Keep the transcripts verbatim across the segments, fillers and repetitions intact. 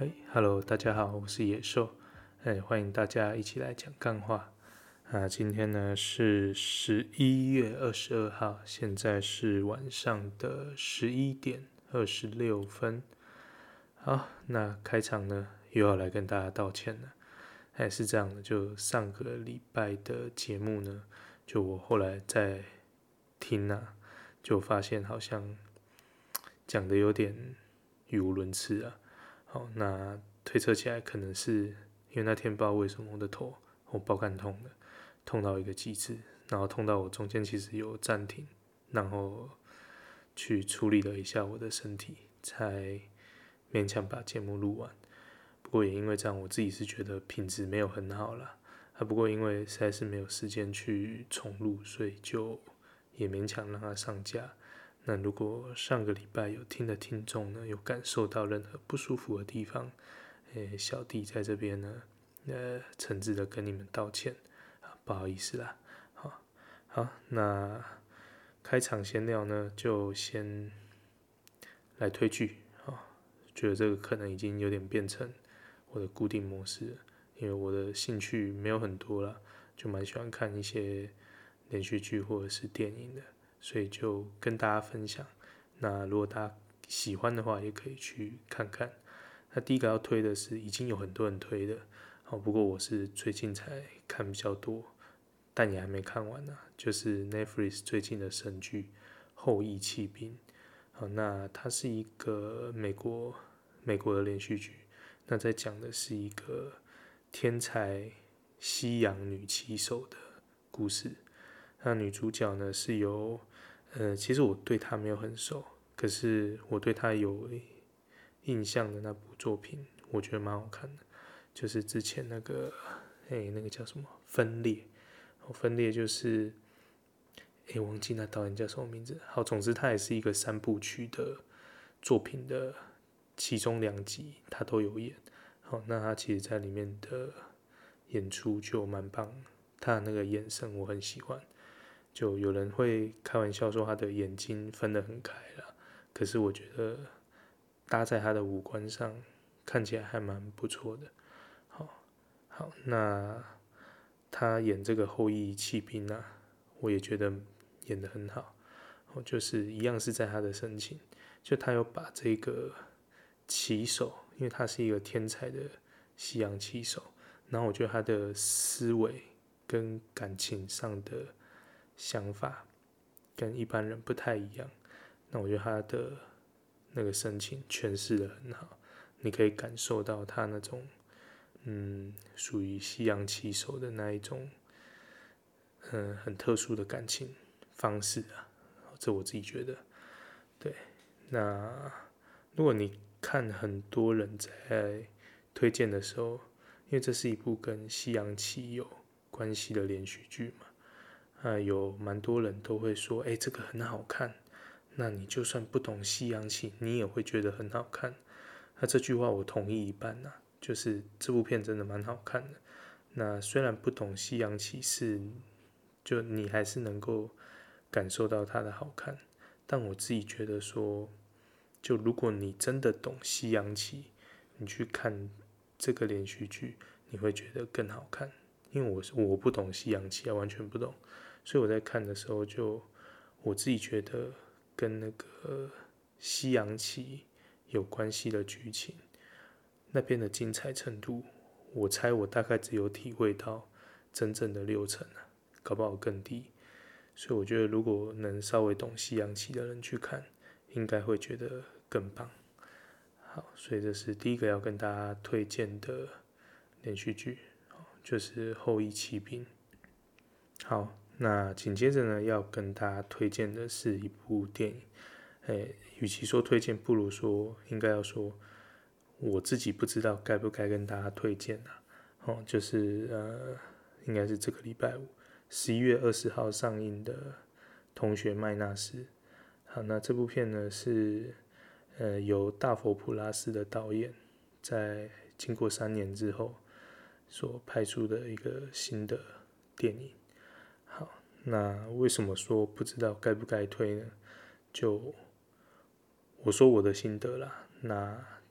嘿，Hello，大家好，我是野兽，哎，欢迎大家一起来讲干话。啊，今天呢是十一月二十二号，现在是晚上的十一点二十六分。好，那开场呢又要来跟大家道歉了。哎，是这样的，就上个礼拜的节目呢，就我后来在听啊，就发现好像讲的有点语无伦次啊。好，那推测起来可能是因为那天不知道为什么我的头我爆肝痛的，痛到一个极致，然后痛到我中间其实有暂停，然后去处理了一下我的身体，才勉强把节目录完。不过也因为这样，我自己是觉得品质没有很好啦。啊，不过因为实在是没有时间去重录，所以就也勉强让它上架。那如果上个礼拜有听的听众呢，有感受到任何不舒服的地方，诶，小弟在这边呢，呃，诚挚的跟你们道歉，啊，不好意思啦。好，好，那开场闲聊呢，就先来推剧啊，觉得这个可能已经有点变成我的固定模式了，因为我的兴趣没有很多啦，就蛮喜欢看一些连续剧或者是电影的。所以就跟大家分享。那如果大家喜欢的话，也可以去看看。那第一个要推的是已经有很多人推的，好，不过我是最近才看比较多，但也还没看完呢、啊。就是 Netflix 最近的神剧《后羿弃兵》。好，那它是一个美国美国的连续剧，那在讲的是一个天才西洋女棋手的故事。那女主角呢是由呃，其实我对她没有很熟，可是我对她有印象的那部作品，我觉得蛮好看的，就是之前那个，哎，那个叫什么《分裂》，哦，《分裂》就是哎，忘记那导演叫什么名字。好，总之它也是一个三部曲的作品的其中两集，他都有演。好，那他其实在里面的演出就蛮棒的，他的那个眼神我很喜欢。就有人会开玩笑说他的眼睛分得很开了，可是我觉得搭在他的五官上看起来还蛮不错的。好，好，那他演这个后羿弃兵啊，我也觉得演得很好。就是一样是在他的深情，就他有把这个棋手，因为他是一个天才的西洋棋手，然后我觉得他的思维跟感情上的想法跟一般人不太一样，那我觉得他的那个深情诠释的很好，你可以感受到他那种嗯属于西洋棋手的那一种嗯很特殊的感情方式啊，这我自己觉得对。那如果你看很多人在推荐的时候，因为这是一部跟西洋棋有关系的连续剧嘛，啊，有蛮多人都会说，哎、欸，这个很好看。那你就算不懂西洋棋，你也会觉得很好看。那这句话我同意一半呐、啊，就是这部片真的蛮好看的。那虽然不懂西洋棋是，就你还是能够感受到它的好看。但我自己觉得说，就如果你真的懂西洋棋，你去看这个连续剧，你会觉得更好看。因为我是我不懂西洋棋啊，完全不懂，所以我在看的时候就我自己觉得跟那个西洋棋有关系的剧情，那边的精彩程度，我猜我大概只有体会到真正的六成啊，搞不好更低。所以我觉得如果能稍微懂西洋棋的人去看，应该会觉得更棒。好，所以这是第一个要跟大家推荐的连续剧，就是《后羿骑兵》。好，那紧接着呢，要跟大家推荐的是一部电影。诶，与其说推荐，不如说应该要说我自己不知道该不该跟大家推荐啊。哦，就是呃，应该是这个礼拜五，十一月二十号上映的《同学麦纳斯》。好，那这部片呢是呃由大佛普拉斯的导演在经过三年之后所拍出的一个新的电影。好，那为什么说不知道该不该推呢？就我说我的心得啦，那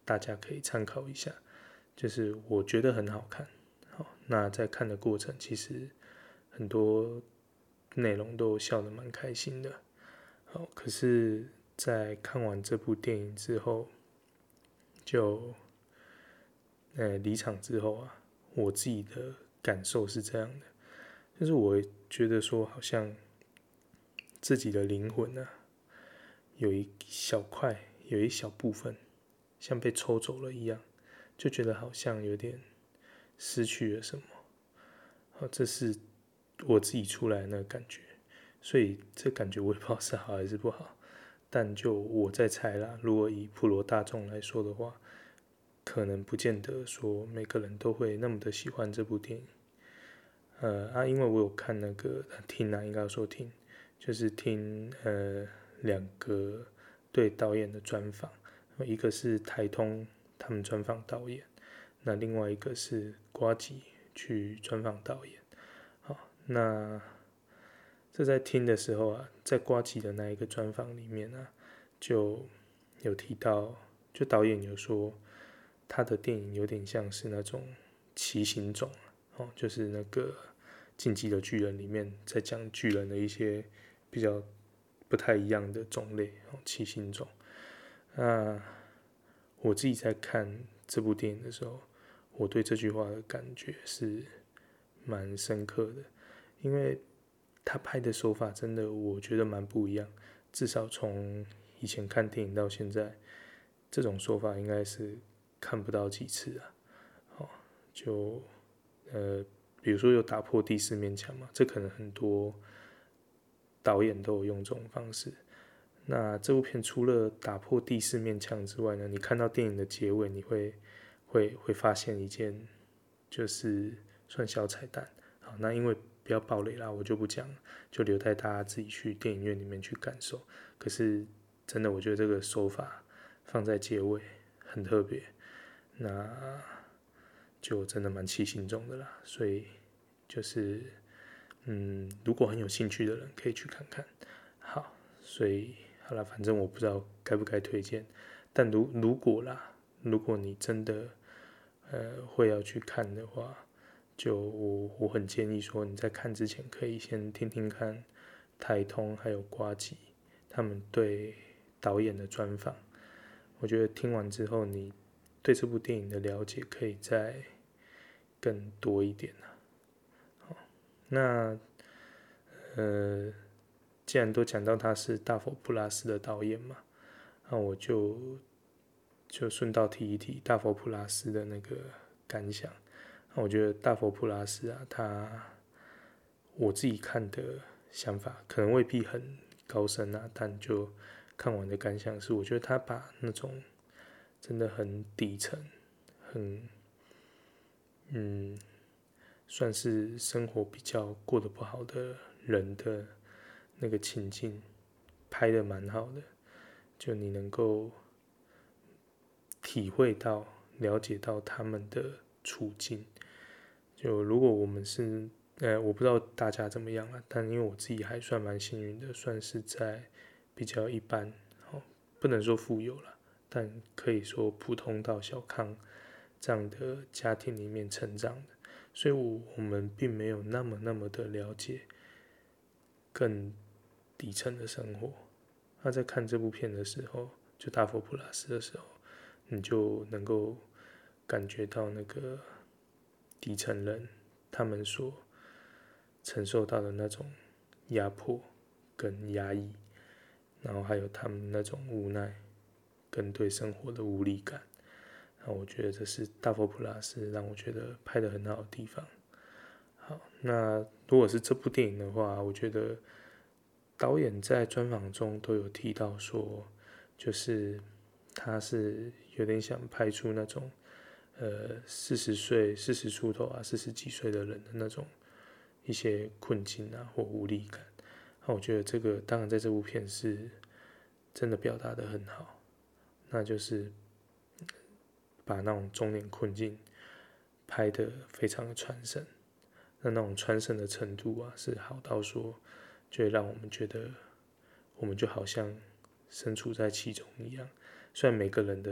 大家可以参考一下，就是我觉得很好看。好，那在看的过程，其实很多内容都笑得蛮开心的。好，可是，在看完这部电影之后，就呃离场之后啊，我自己的感受是这样的，就是我觉得说，好像自己的灵魂啊，有一小块，有一小部分，像被抽走了一样，就觉得好像有点失去了什么。好，这是我自己出来的那个感觉，所以这感觉我也不知道是好还是不好。但就我在猜啦，如果以普罗大众来说的话，可能不见得说每个人都会那么的喜欢这部电影。呃啊，因为我有看那个听啊，应该说听，就是听呃两个对导演的专访，一个是台通他们专访导演，那另外一个是呱吉去专访导演。好，那这在听的时候啊，在呱吉的那一个专访里面啊，就有提到，就导演有说，他的电影有点像是那种奇形种，哦，就是那个进击的巨人里面在讲巨人的一些比较不太一样的种类，哦，奇形种。那我自己在看这部电影的时候，我对这句话的感觉是蛮深刻的，因为他拍的手法真的我觉得蛮不一样，至少从以前看电影到现在，这种手法应该是看不到几次啊。哦，就呃，比如说有打破第四面墙嘛，这可能很多导演都有用这种方式。那这部片除了打破第四面墙之外呢，你看到电影的结尾，你会会会发现一件就是算小彩蛋。好，那因为不要爆雷啦，我就不讲了，就留待大家自己去电影院里面去感受。可是真的，我觉得这个手法放在结尾很特别，那就真的蛮起心中的啦。所以就是嗯，如果很有兴趣的人可以去看看。好，所以好了，反正我不知道该不该推荐，但如如果啦，如果你真的呃会要去看的话，就我我很建议说你在看之前可以先听听看台通还有呱吉他们对导演的专访，我觉得听完之后你对这部电影的了解可以再更多一点啊。好，那呃。既然都讲到他是大佛普拉斯的导演嘛，那我就就顺道提一提大佛普拉斯的那个感想。那我觉得大佛普拉斯啊，他我自己看的想法可能未必很高深啊，但就看完的感想是，我觉得他把那种真的很底层、很嗯，算是生活比较过得不好的人的那个情境拍的蛮好的，就你能够体会到、了解到他们的处境。就如果我们是，呃，我不知道大家怎么样了，但因为我自己还算蛮幸运的，算是在比较一般，哦，不能说富有了，但可以说普通到小康这样的家庭里面成长的，所以我我们并没有那么那么的了解更底层的生活。那在看这部片的时候，就大佛普拉斯的时候，你就能够感觉到那个底层人他们所承受到的那种压迫跟压抑，然后还有他们那种无奈跟对生活的无力感。那我觉得这是大佛普拉斯让我觉得拍得很好的地方。好，那如果是这部电影的话，我觉得导演在专访中都有提到说，就是他是有点想拍出那种呃四十岁、四十出头啊、四十几岁的人的那种一些困境啊或无力感。那我觉得这个当然在这部片是真的表达的很好，那就是把那种中年困境拍得非常的传神。那那种传神的程度啊，是好到说，就会让我们觉得，我们就好像身处在其中一样。虽然每个人的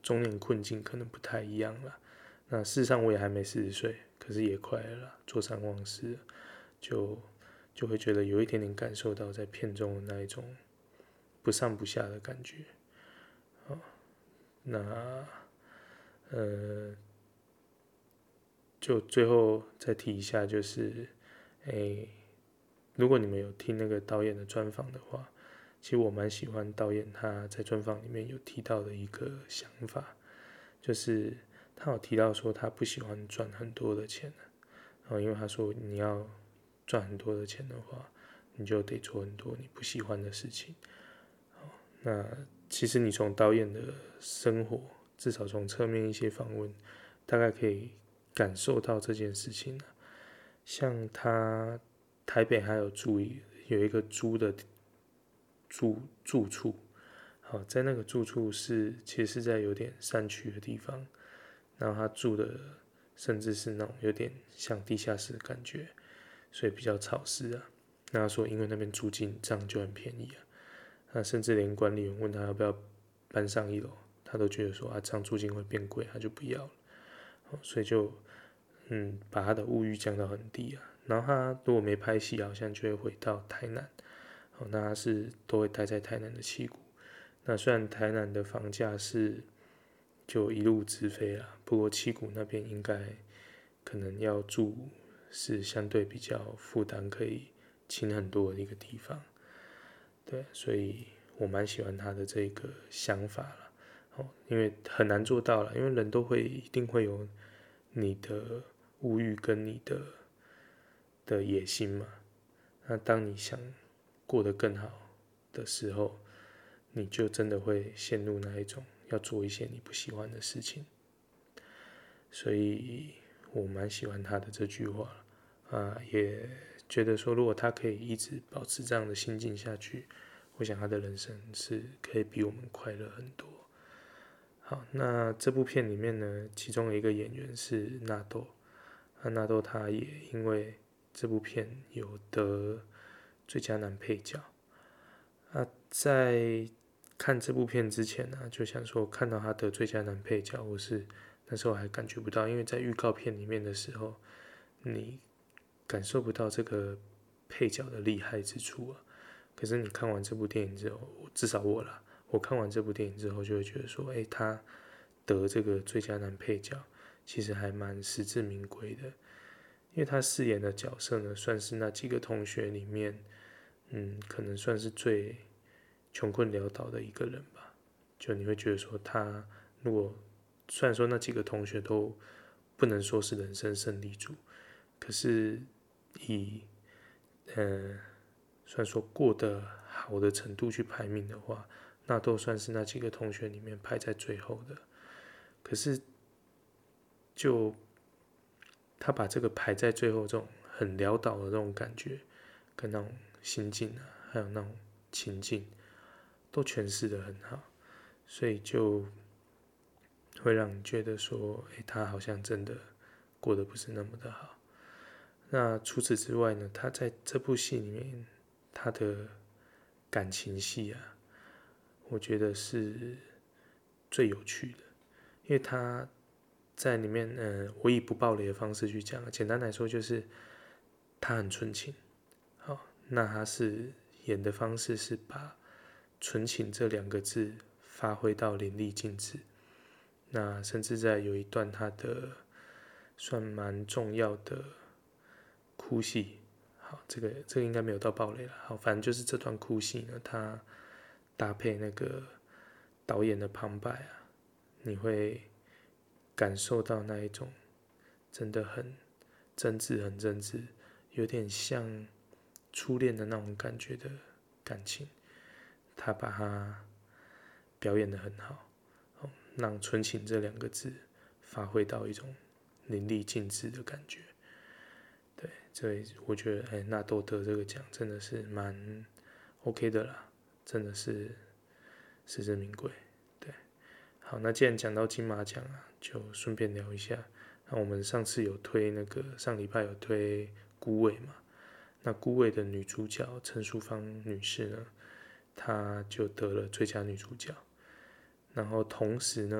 中年困境可能不太一样啦。那事实上我也还没四十岁，可是也快了啦，坐三望四，就就会觉得有一点点感受到在片中的那一种不上不下的感觉。好，那呃，就最后再提一下，就是，诶，如果你们有听那个导演的专访的话，其实我蛮喜欢导演他在专访里面有提到的一个想法，就是他有提到说他不喜欢赚很多的钱，然后因为他说你要赚很多的钱的话，你就得做很多你不喜欢的事情。那其实你从导演的生活，至少从侧面一些访问，大概可以感受到这件事情了。像他台北还有住有一个租的住住处，好，在那个住处是其实是在有点山区的地方，然后他住的甚至是那种有点像地下室的感觉，所以比较潮湿啊。那他说因为那边租金这样就很便宜啊，那甚至连管理员问他要不要搬上一楼，他都觉得说啊这样租金会变贵，他就不要了。所以就嗯把他的物欲降到很低啊。然后他如果没拍戏，好像就会回到台南，哦，那他是都会待在台南的七股。那虽然台南的房价是就一路直飞啦，不过七股那边应该可能要住是相对比较负担可以轻很多的一个地方。对，所以我蛮喜欢他的这个想法啦。哦，因为很难做到了，因为人都会一定会有你的物欲跟你的的野心嘛。那当你想过得更好的时候，你就真的会陷入那一种要做一些你不喜欢的事情。所以我蛮喜欢他的这句话啊，也觉得说，如果他可以一直保持这样的心境下去，我想他的人生是可以比我们快乐很多。好，那这部片里面呢，其中有一个演员是纳豆，那纳豆他也因为这部片有得最佳男配角。那在看这部片之前呢、啊，就想说看到他得最佳男配角，我是那时候还感觉不到，因为在预告片里面的时候，你感受不到这个配角的厉害之处啊。可是你看完这部电影之后，至少我啦，我看完这部电影之后，就会觉得说，哎、欸，他得这个最佳男配角，其实还蛮实至名归的，因为他饰演的角色呢，算是那几个同学里面，嗯，可能算是最穷困潦倒的一个人吧。就你会觉得说，他如果虽然说那几个同学都不能说是人生胜利组，可是以呃算说过得好的程度去排名的话，那都算是那几个同学里面排在最后的。可是就他把这个排在最后这种很潦倒的这种感觉，跟那种心境啊，还有那种情境，都诠释的很好，所以就会让你觉得说，哎、欸，他好像真的过得不是那么的好。那除此之外呢，他在这部戏里面，他的感情戏啊，我觉得是最有趣的，因为他在里面，呃，我以不暴雷的方式去讲，简单来说就是他很纯情，好，那他是演的方式是把纯情这两个字发挥到淋漓尽致，那甚至在有一段他的算蛮重要的哭戏，好，这个这个应该没有到暴雷了，好，反正就是这段哭戏呢，他搭配那个导演的旁白啊，你会感受到那一种真的很真挚、很真挚，有点像初恋的那种感觉的感情，他把它表演的很好，让纯情这两个字发挥到一种淋漓尽致的感觉。对，所以我觉得，哎，纳豆得这个奖真的是蛮 OK 的啦，真的是实至名归。对，好，那既然讲到金马奖啊，就顺便聊一下。那我们上次有推那个，上礼拜有推孤味嘛？那孤味的女主角陈淑芳女士呢，她就得了最佳女主角。然后同时呢，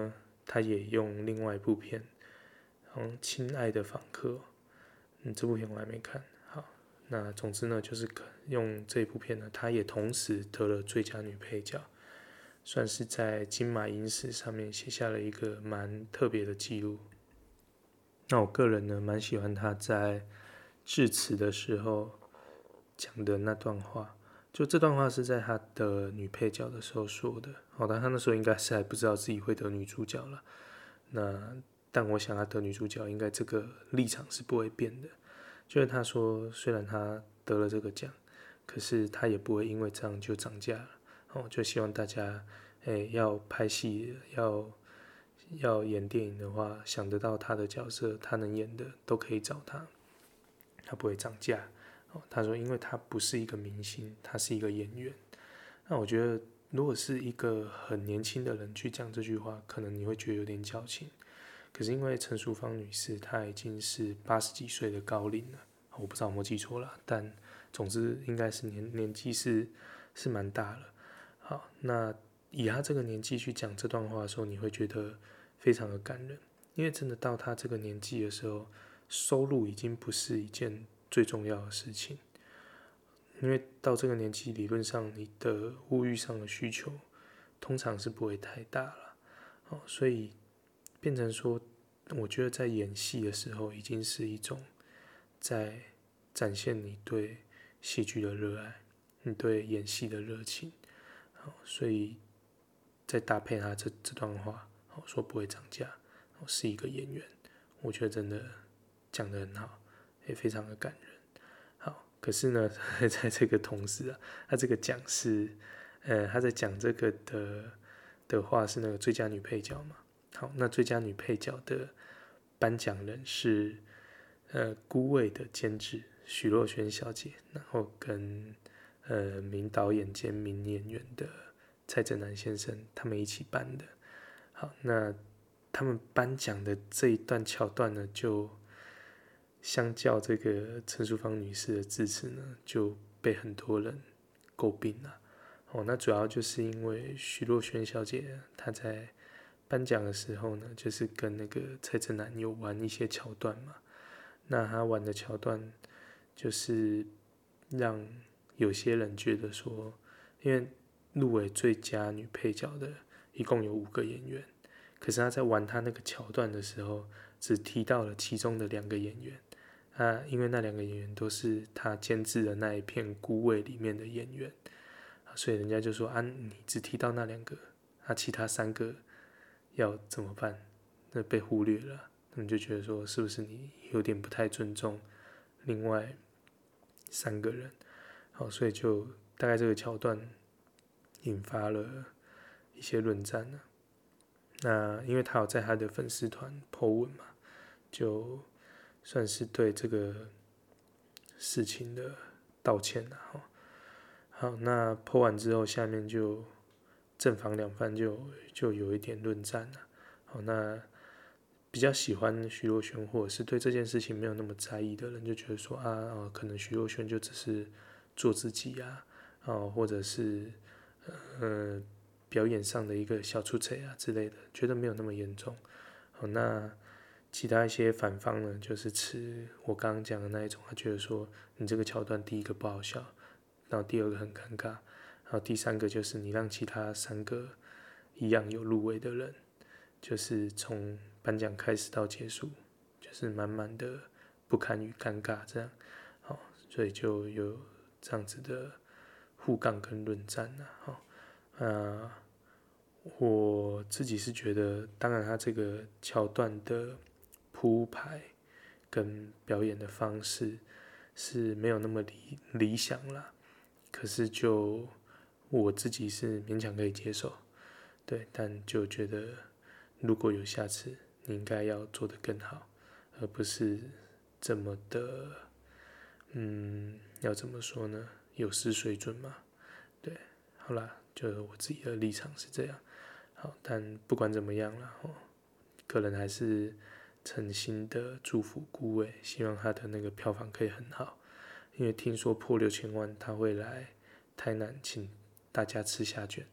他也用另外一部片，嗯，《亲爱的访客》，嗯，这部片我还没看。好，那总之呢，就是用这部片呢，他也同时得了最佳女配角，算是在金马影史上面写下了一个蛮特别的记录。那我个人呢，蛮喜欢他在致辞的时候讲的那段话。就这段话是在他的女配角的时候说的，好，但他那时候应该是还不知道自己会得女主角了。那但我想他得女主角，应该这个立场是不会变的。就是他说，虽然他得了这个奖，可是他也不会因为这样就涨价了。哦，就希望大家，哎、欸，要拍戏，要要演电影的话，想得到他的角色，他能演的都可以找他，他不会涨价。他说，因为他不是一个明星，他是一个演员。那我觉得，如果是一个很年轻的人去讲这句话，可能你会觉得有点矫情。可是因为陈淑芳女士她已经是八十几岁的高龄了，我不知道有没有记错了，但总之应该是年年纪是是蛮大了。好，那以她这个年纪去讲这段话的时候，你会觉得非常的感人，因为真的到她这个年纪的时候，收入已经不是一件最重要的事情，因为到这个年纪，理论上你的物欲上的需求通常是不会太大了，哦，所以变成说，我觉得在演戏的时候，已经是一种在展现你对戏剧的热爱，你对演戏的热情，哦，所以再搭配他这这段话，哦，说不会涨价，哦，是一个演员，我觉得真的讲得很好，也非常的感人。好，可是呢，在这个同时啊，他这个奖是，呃，他在讲这个的的话是那个最佳女配角嘛。好，那最佳女配角的颁奖人是呃孤味的监制徐若瑄小姐，然后跟呃名导演兼名演员的蔡正南先生他们一起颁的。好，那他们颁奖的这一段桥段呢，就相较这个陈淑芳女士的致辞呢，就被很多人诟病了。哦，那主要就是因为徐若瑄小姐她在颁奖的时候呢，就是跟那个蔡正南有玩一些桥段嘛。那她玩的桥段就是让有些人觉得说，因为入围最佳女配角的一共有五个演员，可是她在玩她那个桥段的时候，只提到了其中的两个演员。啊，因为那两个演员都是他监制的那一片孤味里面的演员，所以人家就说啊，你只提到那两个，啊，其他三个要怎么办？那被忽略了，他们就觉得说，是不是你有点不太尊重另外三个人？好，所以就大概这个桥段引发了一些论战呢。那因为他有在他的粉丝团 po 文嘛，就算是对这个事情的道歉了哈。好，那 po 完之后，下面就正反两方就就有一点论战了。好，那比较喜欢徐若瑄，或者是对这件事情没有那么在意的人，就觉得说啊，呃、可能徐若瑄就只是做自己啊，哦，或者是呃表演上的一个小出彩啊之类的，觉得没有那么严重。好，那其他一些反方呢，就是持我刚刚讲的那一种，他觉得说你这个桥段第一个不好笑，然后第二个很尴尬，然后第三个就是你让其他三个一样有入围的人，就是从颁奖开始到结束，就是满满的不堪与尴尬这样，好，所以就有这样子的互杠跟论战啊，好，呃，我自己是觉得，当然他这个桥段的铺排跟表演的方式是没有那么理理想啦，可是就我自己是勉强可以接受，对，但就觉得如果有下次，你应该要做得更好，而不是这么的，嗯，要怎么说呢？有失水准嘛？对，好啦，就我自己的立场是这样。好，但不管怎么样啦，哦，个人还是诚心的祝福孤味，希望他的那个票房可以很好。因为听说破六千万，他会来台南请大家吃虾卷，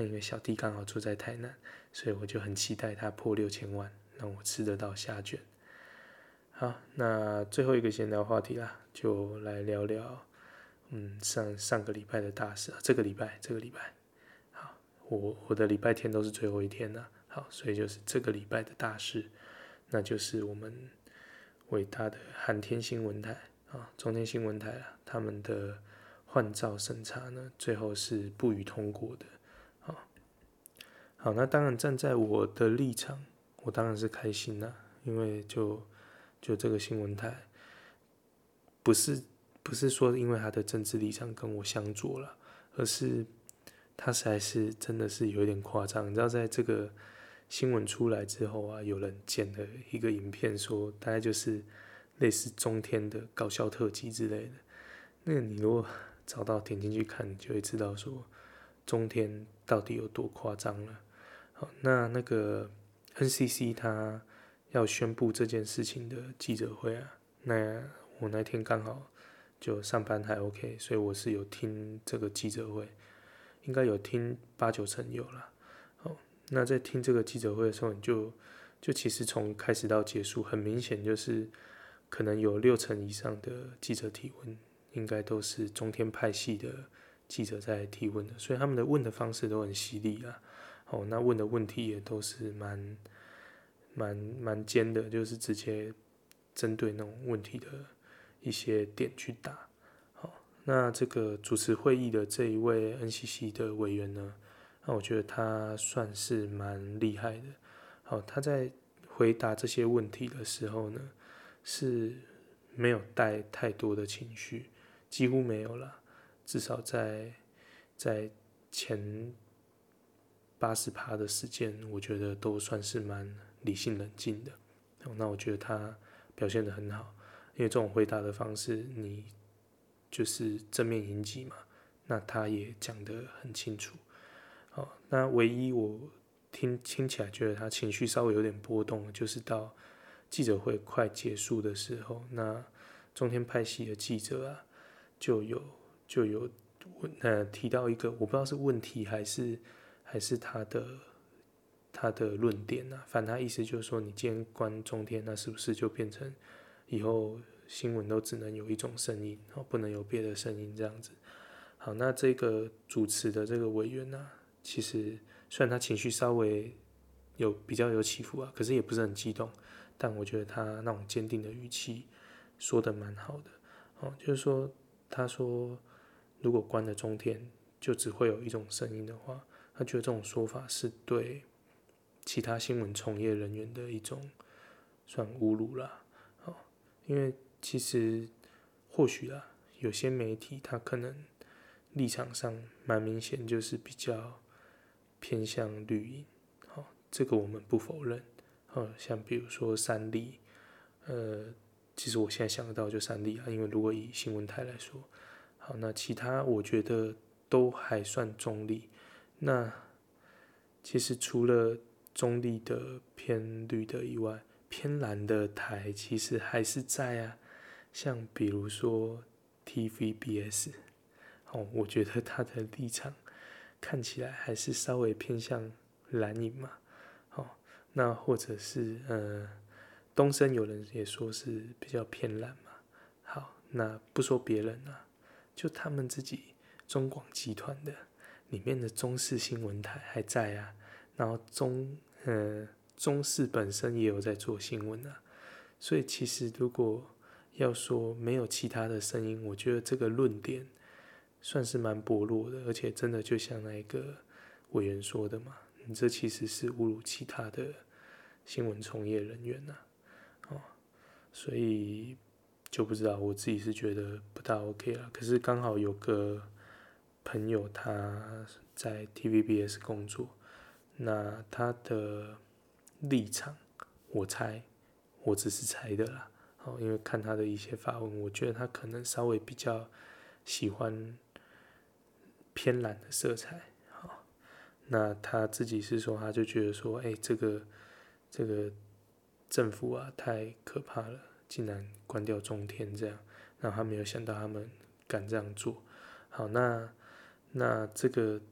因为小弟刚好住在台南，所以我就很期待他破六千万，让我吃得到虾卷。好，那最后一个闲聊话题啦，就来聊聊，嗯，上上个礼拜的大事啊，这个礼拜，这个礼拜，好，我我的礼拜天都是最后一天啦，好，所以就是这个礼拜的大事，那就是我们伟大的寒天新闻台啊，中天新闻台啊，他们的换照审查呢，最后是不予通过的。好，好，那当然站在我的立场，我当然是开心啦，因为就就这个新闻台，不是不是说因为他的政治立场跟我相左了，而是他实在是真的是有点夸张。你知道，在这个新闻出来之后啊，有人剪了一个影片说，大概就是类似中天的搞笑特辑之类的。那个你如果找到点进去看，你就会知道说中天到底有多夸张了。好，那那个 N C C 他要宣布这件事情的记者会啊，那我那天刚好就上班还 OK， 所以我是有听这个记者会，应该有听八九成有啦。好，那在听这个记者会的时候，你就就其实从开始到结束，很明显就是可能有六成以上的记者提问，应该都是中天派系的记者在提问的，所以他们的问的方式都很犀利啊。哦，那问的问题也都是蛮蛮蛮尖的，就是直接针对那种问题的一些点去打。好，那这个主持会议的这一位 N C C 的委员呢，那我觉得他算是蛮厉害的。好，他在回答这些问题的时候呢，是没有带太多的情绪，几乎没有啦，至少在在前八十趴的时间，我觉得都算是蛮理性冷静的。那我觉得他表现得很好，因为这种回答的方式，你就是正面迎击嘛，那他也讲得很清楚。好，那唯一我听听起来觉得他情绪稍微有点波动，就是到记者会快结束的时候，那中天派系的记者啊，就有就有呃提到一个，我不知道是问题还是还是他的他的论点啊，反正他意思就是说，你今天关中天，那是不是就变成以后新闻都只能有一种声音，不能有别的声音这样子？好，那这个主持的这个委员啊，其实虽然他情绪稍微有比较有起伏啊，可是也不是很激动，但我觉得他那种坚定的语气说的蛮好的。哦，就是说，他说如果关了中天，就只会有一种声音的话，他觉得这种说法是对其他新闻从业人员的一种算侮辱啦。哦，因为其实或许啦，有些媒体他可能立场上蛮明显，就是比较偏向绿营。好，这个我们不否认。好，像比如说三立，呃，其实我现在想得到就三立啊，因为如果以新闻台来说，好，那其他我觉得都还算中立。那其实除了中立的偏绿的以外，偏蓝的台其实还是在啊，像比如说 T V B S， 哦，我觉得他的立场看起来还是稍微偏向蓝营嘛，哦，那或者是呃东升有人也说是比较偏蓝嘛，好，那不说别人啊，就他们自己中广集团的里面的中视新闻台还在啊，然后中呃中视本身也有在做新闻啊，所以其实如果要说没有其他的声音，我觉得这个论点算是蛮薄弱的，而且真的就像那个委员说的嘛，你这其实是侮辱其他的新闻从业人员呐、啊，哦，所以就不知道，我自己是觉得不大 OK 啦。可是刚好有个朋友他在 T V B S 工作，那他的立场，我猜，我只是猜的啦。哦，因为看他的一些发文，我觉得他可能稍微比较喜欢偏蓝的色彩。好，那他自己是说，他就觉得说，哎、欸，这个这个政府啊，太可怕了，竟然关掉中天这样，然后他没有想到他们敢这样做。好，那那这个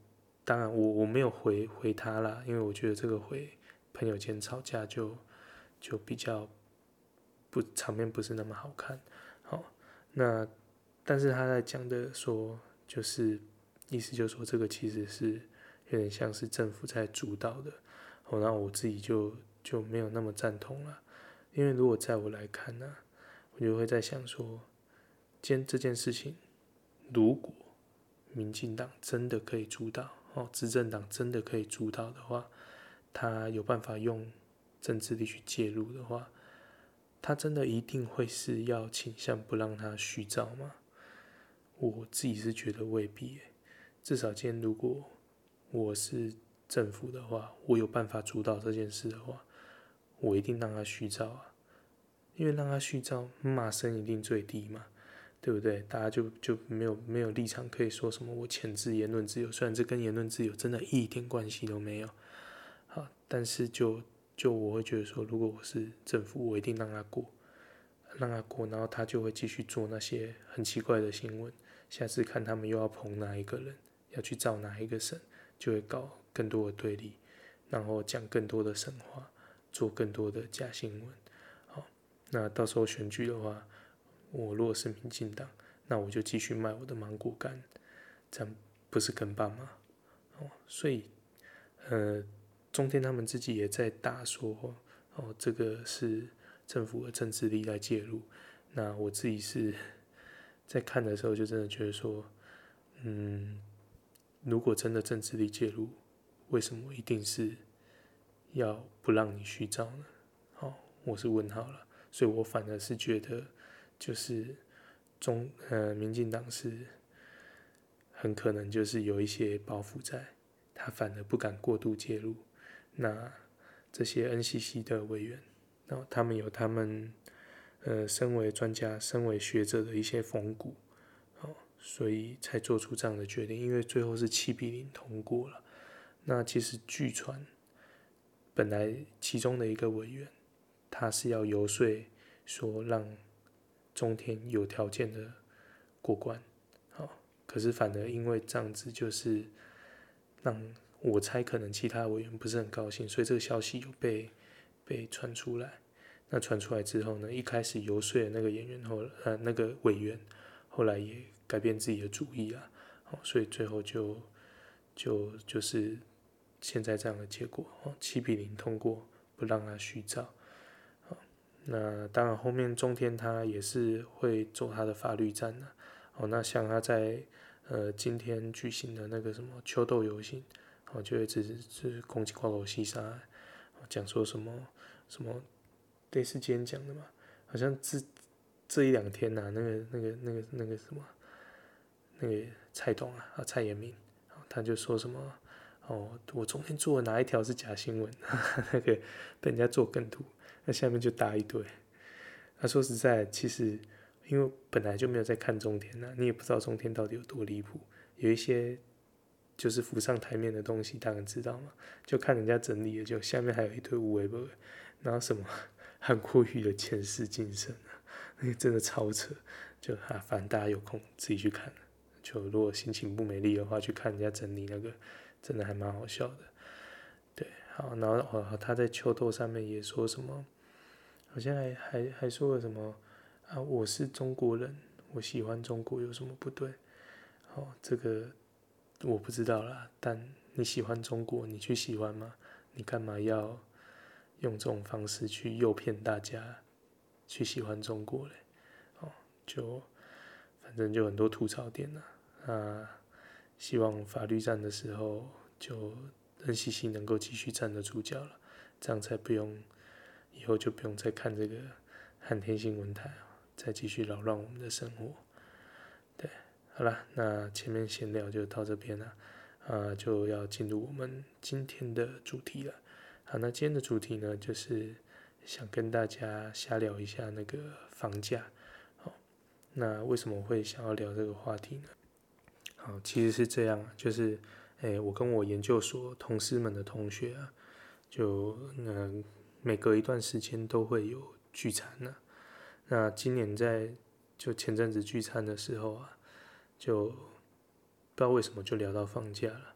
当然我我没有回回他啦，因为我觉得这个回朋友间吵架就就比较不场面不是那么好看。好，那但是他在讲的说，就是意思就是说这个其实是有点像是政府在主导的。哦，那我自己就就没有那么赞同了，因为如果在我来看呢、啊，我就会在想说，今天这件事情，如果民进党真的可以主导，哦，执政党真的可以主导的话，他有办法用政治力去介入的话，他真的一定会是要倾向不让他虚造吗？我自己是觉得未必耶，至少今天如果我是政府的话，我有办法主导这件事的话，我一定让他虚造啊，因为让他虚造，骂声一定最低嘛，对不对？大家就就没有没有立场可以说什么我钳制言论自由，虽然这跟言论自由真的一点关系都没有，好，但是就就我会觉得说，如果我是政府，我一定让他过，让他过，然后他就会继续做那些很奇怪的新闻，下次看他们又要捧哪一个人，要去造哪一个神，就会搞更多的对立，然后讲更多的神话，做更多的假新闻。好，那到时候选举的话，我如果是民进党，那我就继续卖我的芒果干，这样不是更棒吗？哦，所以呃，中天他们自己也在打说，哦，这个是政府的政治力来介入。那我自己是在看的时候，就真的觉得说，嗯，如果真的政治力介入，为什么一定是要不让你虚造呢？哦，我是问号了，所以我反而是觉得，就是中呃，民进党是很可能就是有一些包袱在，他反而不敢过度介入。那这些 N C C 的委员，然后他们有他们呃身为专家、身为学者的一些风骨，哦，所以才做出这样的决定。因为最后是七比零通过了。那其实据传，本来其中的一个委员，他是要游说说让中天有条件的过关，好，可是反而因为这样子，就是让我猜可能其他委员不是很高兴，所以这个消息有被被传出来。那传出来之后呢，一开始游说的那个演员后呃那个委员，后来也改变自己的主意啦，好，所以最后就就就是现在这样的结果，哦，七比零通过，不让他虚造。那当然，后面中天他也是会走他的法律战的。哦，那像他在呃今天举行的那个什么秋斗游行，哦，就一直是攻击挂口西沙，讲说什么什么，类似今天讲的嘛，好像这这一两天呐、啊，那个那个那个那个什么，那个蔡董啊，啊蔡衍明，他就说什么哦，我昨天做的哪一条是假新闻？那个被人家做梗图。那下面就打一堆。他说实在，其实因为本来就没有在看中天啊，你也不知道中天到底有多离谱。有一些就是浮上台面的东西，当然知道嘛，就看人家整理的，就下面还有一堆无为不为，然后什么韩国瑜的前世今生啊，那个真的超扯。就啊，反正大家有空自己去看。就如果心情不美丽的话，去看人家整理那个，真的还蛮好笑的。对，好，然后哦，他在秋斗上面也说什么。好像还还还说了什么啊？我是中国人，我喜欢中国有什么不对？哦，这个我不知道啦。但你喜欢中国，你去喜欢吗？你干嘛要用这种方式去诱骗大家去喜欢中国嘞？哦，就反正就很多吐槽点啦。啊，希望法律战的时候，就 N C C 能够继续站得住脚了，这样才不用。以后就不用再看这个汉天新闻台，再继续扰乱我们的生活。对，好了，那前面闲聊就到这边了，啊，就要进入我们今天的主题了。好，那今天的主题呢，就是想跟大家瞎聊一下那个房价。好，那为什么会想要聊这个话题呢？好，其实是这样，就是，哎，我跟我研究所同事们的同学啊，就嗯。每隔一段时间都会有聚餐呢、啊。那今年在就前阵子聚餐的时候啊，就不知道为什么就聊到放假了。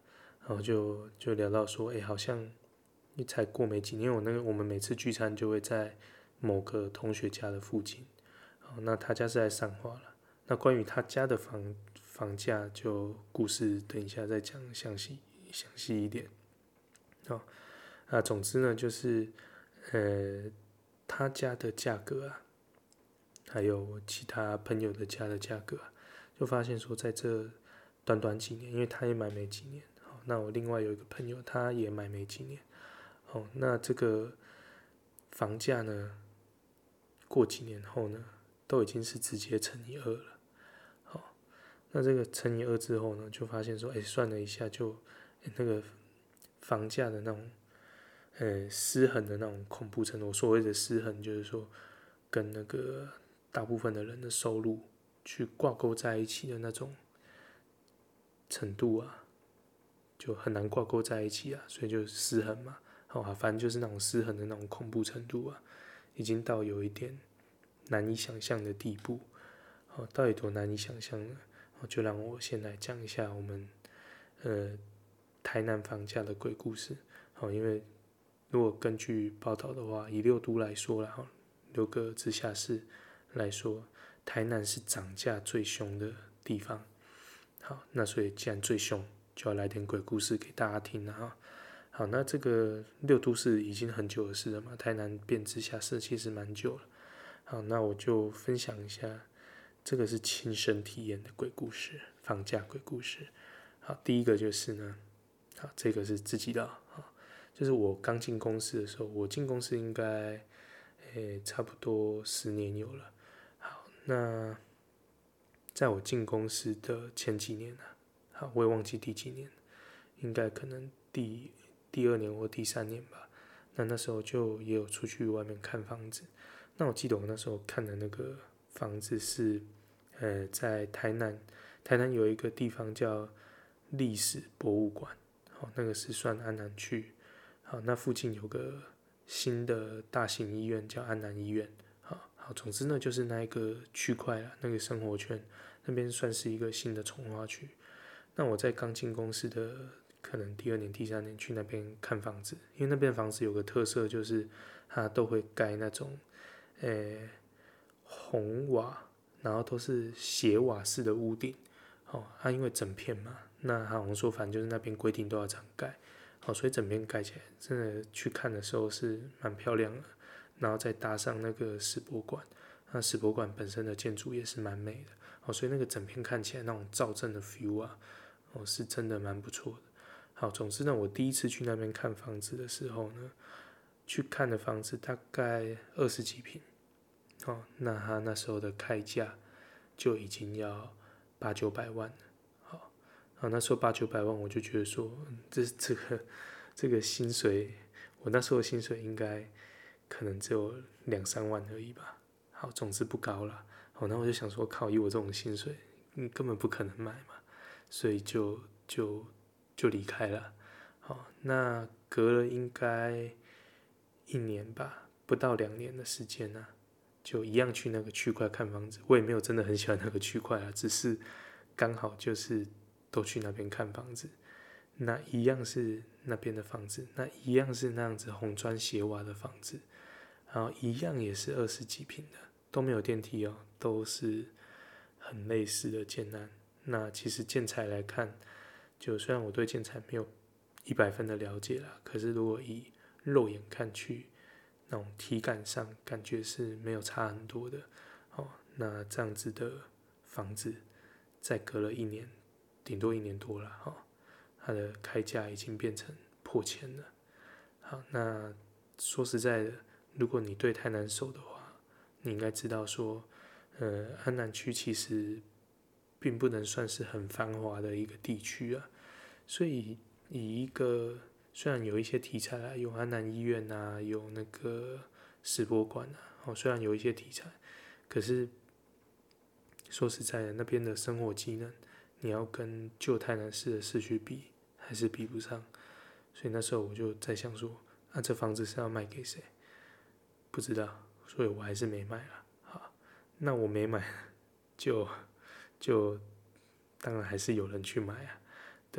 然后就就聊到说，哎，好像才过没几年，因为我那个我们每次聚餐就会在某个同学家的附近，好，那他家是在上化了。那关于他家的房房价，就故事等一下再讲详细详细一点。好，那总之呢，就是呃，他家的价格啊，还有其他朋友的家的价格啊，就发现说，在这短短几年，因为他也买没几年，好，那我另外有一个朋友，他也买没几年，哦，那这个房价呢，过几年后呢，都已经是直接乘以二了。好，那这个乘以二之后呢，就发现说，哎，算了一下就，诶那个房价的那种，呃，失衡的那种恐怖程度。所谓的失衡，就是说跟那个大部分的人的收入去挂钩在一起的那种程度啊，就很难挂钩在一起啊，所以就失衡嘛。好啊，反正就是那种失衡的那种恐怖程度啊，已经到有一点难以想象的地步。好，到底多难以想象呢？就让我先来讲一下我们呃台南房价的鬼故事。好，因为如果根据报道的话，以六都来说啦，六个直辖市来说，台南是涨价最凶的地方。好，那所以既然最凶，就要来点鬼故事给大家听了哈。好，那这个六都市已经很久的事了嘛，台南变直辖市其实蛮久了。好，那我就分享一下，这个是亲身体验的鬼故事，房价鬼故事。好，第一个就是呢，好，这个是自己的啊，就是我刚进公司的时候，我进公司应该，诶，差不多十年有了。好，那在我进公司的前几年啊，好，我也忘记第几年，应该可能第第二年或第三年吧。那那时候就也有出去外面看房子。那我记得我那时候看的那个房子是，呃，在台南，台南有一个地方叫历史博物馆，好，那个是算安南区。好，那附近有个新的大型医院叫安南医院。好，好，总之呢，就是那一个区块啦，那个生活圈那边算是一个新的从化区。那我在刚进公司的可能第二年、第三年去那边看房子，因为那边房子有个特色，就是它都会盖那种，呃，红瓦，然后都是斜瓦式的屋顶。哦，它、啊、因为整片嘛，那好像说反正就是那边规定都要这样盖。好，所以整片盖起来，真的去看的时候是蛮漂亮的。然后再搭上那个史博馆，那史博馆本身的建筑也是蛮美的。哦，所以那个整片看起来那种造镇的 feel 啊，哦，是真的蛮不错的。好，总之呢，我第一次去那边看房子的时候呢，去看的房子大概二十几平。哦，那他那时候的开价就已经要八九百万了。好，然后那时候八九百万，我就觉得说，嗯这这个这个薪水，我那时候的薪水应该可能只有两三万而已吧。好，总之不高啦。好，那我就想说，靠，以我这种薪水，嗯，根本不可能买嘛，所以就就就离开了。好，那隔了应该一年吧，不到两年的时间呢、啊，就一样去那个区块看房子。我也没有真的很喜欢那个区块啊，只是刚好就是都去那边看房子。那一样是那边的房子，那一样是那样子红砖斜瓦的房子，然后一样也是二十几平的，都没有电梯哦，都是很类似的建案。那其实建材来看，就虽然我对建材没有一百分的了解啦，可是如果以肉眼看去，那种体感上感觉是没有差很多的。哦，那这样子的房子，再隔了一年，顶多一年多了，哦，它的开价已经变成破千了。好，那说实在的，如果你对台南熟的话，你应该知道说，呃，安南区其实并不能算是很繁华的一个地区啊。所以以一个虽然有一些题材啊，有安南医院啊，有那个世博馆啊，哦，虽然有一些题材，可是说实在的，那边的生活机能，你要跟旧台南市的市区比，还是比不上。所以那时候我就在想说，啊，这房子是要卖给谁？不知道，所以我还是没买了。好，那我没买，就就当然还是有人去买啊。对，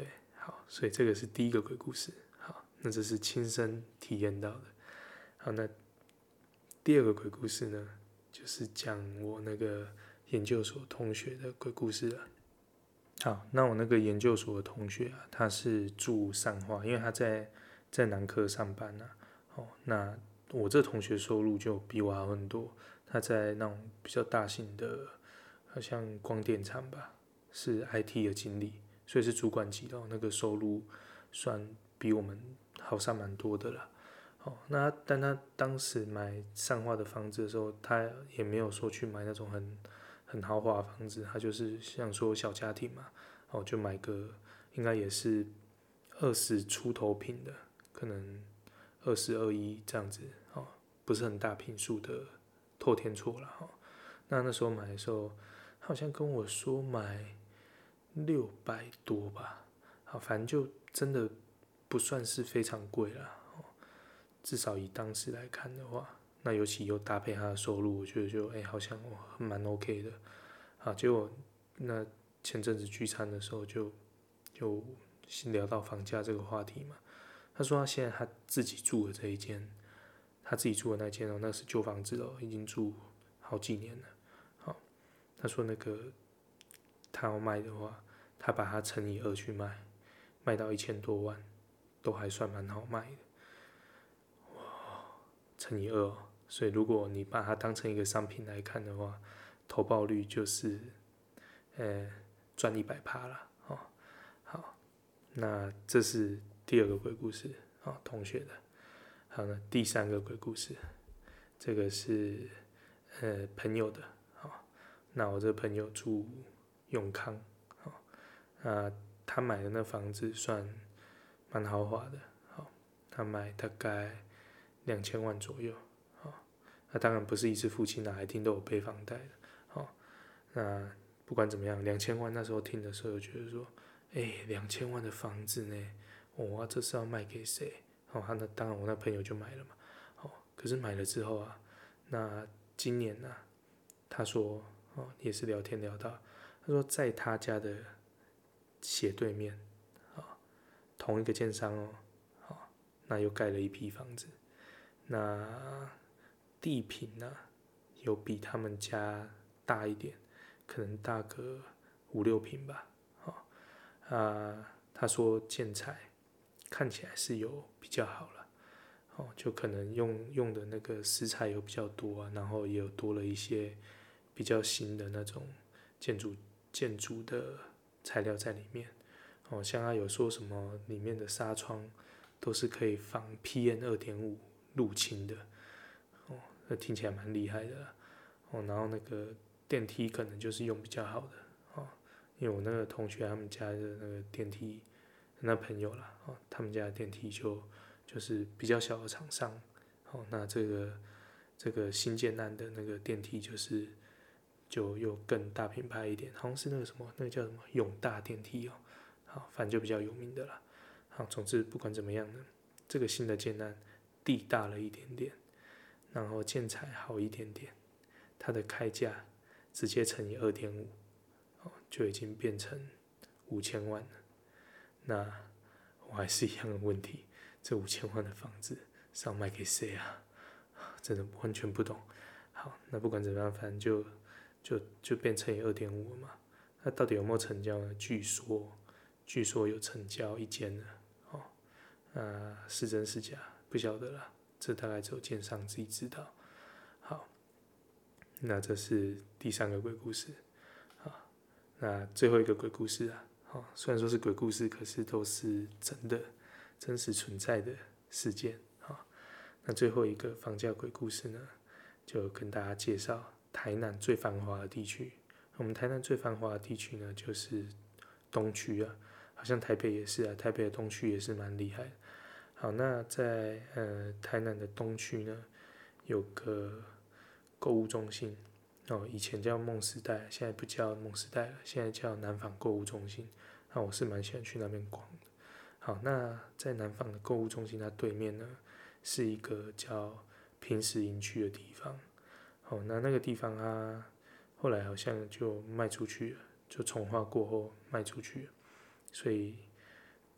好，所以这个是第一个鬼故事。好，那这是亲身体验到的。好，那第二个鬼故事呢，就是讲我那个研究所同学的鬼故事了。好，那我那个研究所的同学啊，他是住上化，因为他在在南科上班啊。哦，那我这同学收入就比我好很多，他在那种比较大型的，好像光电厂吧，是 I T 的经理，所以是主管级的、哦，那个收入算比我们好上蛮多的啦。哦，那但他当时买上化的房子的时候，他也没有说去买那种很很豪华的房子，他就是像说小家庭嘛，哦，就买个应该也是二十出头平的，可能二十二一这样子，哦，不是很大平数的透天厝啦，哦。那那时候买的时候，他好像跟我说买六百多吧，好，反正就真的不算是非常贵啦。至少以当时来看的话，那尤其又搭配他的收入，我觉得就哎、欸、好像蛮 OK 的。啊，结果那前阵子聚餐的时候就就聊到房价这个话题嘛，他说他现在他自己住的这一间，他自己住的那间哦，那是旧房子哦，已经住好几年了。好，他说那个他要卖的话，他把它乘以二去卖，卖到一千多万，都还算蛮好卖的。乘以二、哦，所以如果你把它当成一个商品来看的话，投报率就是呃赚一百趴啦。哦，好，那这是第二个鬼故事哦，同学的。好呢，第三个鬼故事，这个是呃朋友的。好、哦，那我这个朋友住永康，好、哦，那他买的那房子算蛮豪华的。好、哦，他买大概两千万左右，好、哦，那当然不是一次付清啦，还听都有背房贷的，好、哦，那不管怎么样，两千万那时候听的时候，觉得说，哎、欸，两千万的房子呢，我、哦、这是要卖给谁？哦，他那当然我那朋友就买了嘛，哦，可是买了之后啊，那今年呢、啊，他说，哦，也是聊天聊到，他说在他家的斜对面，啊、哦，同一个建商哦，哦，那又盖了一批房子。那地坪呢、啊，有比他们家大一点，可能大个五六坪吧。哦，啊，他说建材看起来是有比较好了，哦，就可能用用的那个石材有比较多啊，然后也有多了一些比较新的那种建筑建筑的材料在里面。哦，像他有说什么里面的纱窗都是可以防 P M 二点五入侵的，哦，那听起来蛮厉害的啦。哦，然后那个电梯可能就是用比较好的，哦，因为我那个同学他们家的那个电梯，那朋友啦，哦，他们家的电梯就就是比较小的厂商，哦，那这个这个新建案的那个电梯就是就又更大品牌一点，好像是那个什么，那个叫什么永大电梯哦，好，反正就比较有名的啦。好，总之不管怎么样呢，这个新的建案地大了一点点，然后建材好一点点，它的开价直接乘以二点五，就已经变成五千万了。那我还是一样的问题，这五千万的房子是要卖给谁啊？真的完全不懂。好，那不管怎么样，反正就就就变乘以二点五了嘛。那到底有没有成交呢？据说据说有成交一间的，哦，那是真是假不晓得啦，这大概只有建商自己知道。好，那这是第三个鬼故事。好，那最后一个鬼故事啊，哦，虽然说是鬼故事，可是都是真的、真实存在的事件啊、哦。那最后一个房价鬼故事呢，就跟大家介绍台南最繁华的地区。我们台南最繁华的地区呢，就是东区啊，好像台北也是啊，台北的东区也是蛮厉害的。好，那在呃台南的东区呢，有个购物中心哦，以前叫梦时代，现在不叫梦时代了，现在叫南纺购物中心。那我是蛮喜欢去那边逛的。好，那在南纺的购物中心，它对面呢是一个叫平石营区的地方。好，那那个地方它后来好像就卖出去了，就重划过后卖出去了，所以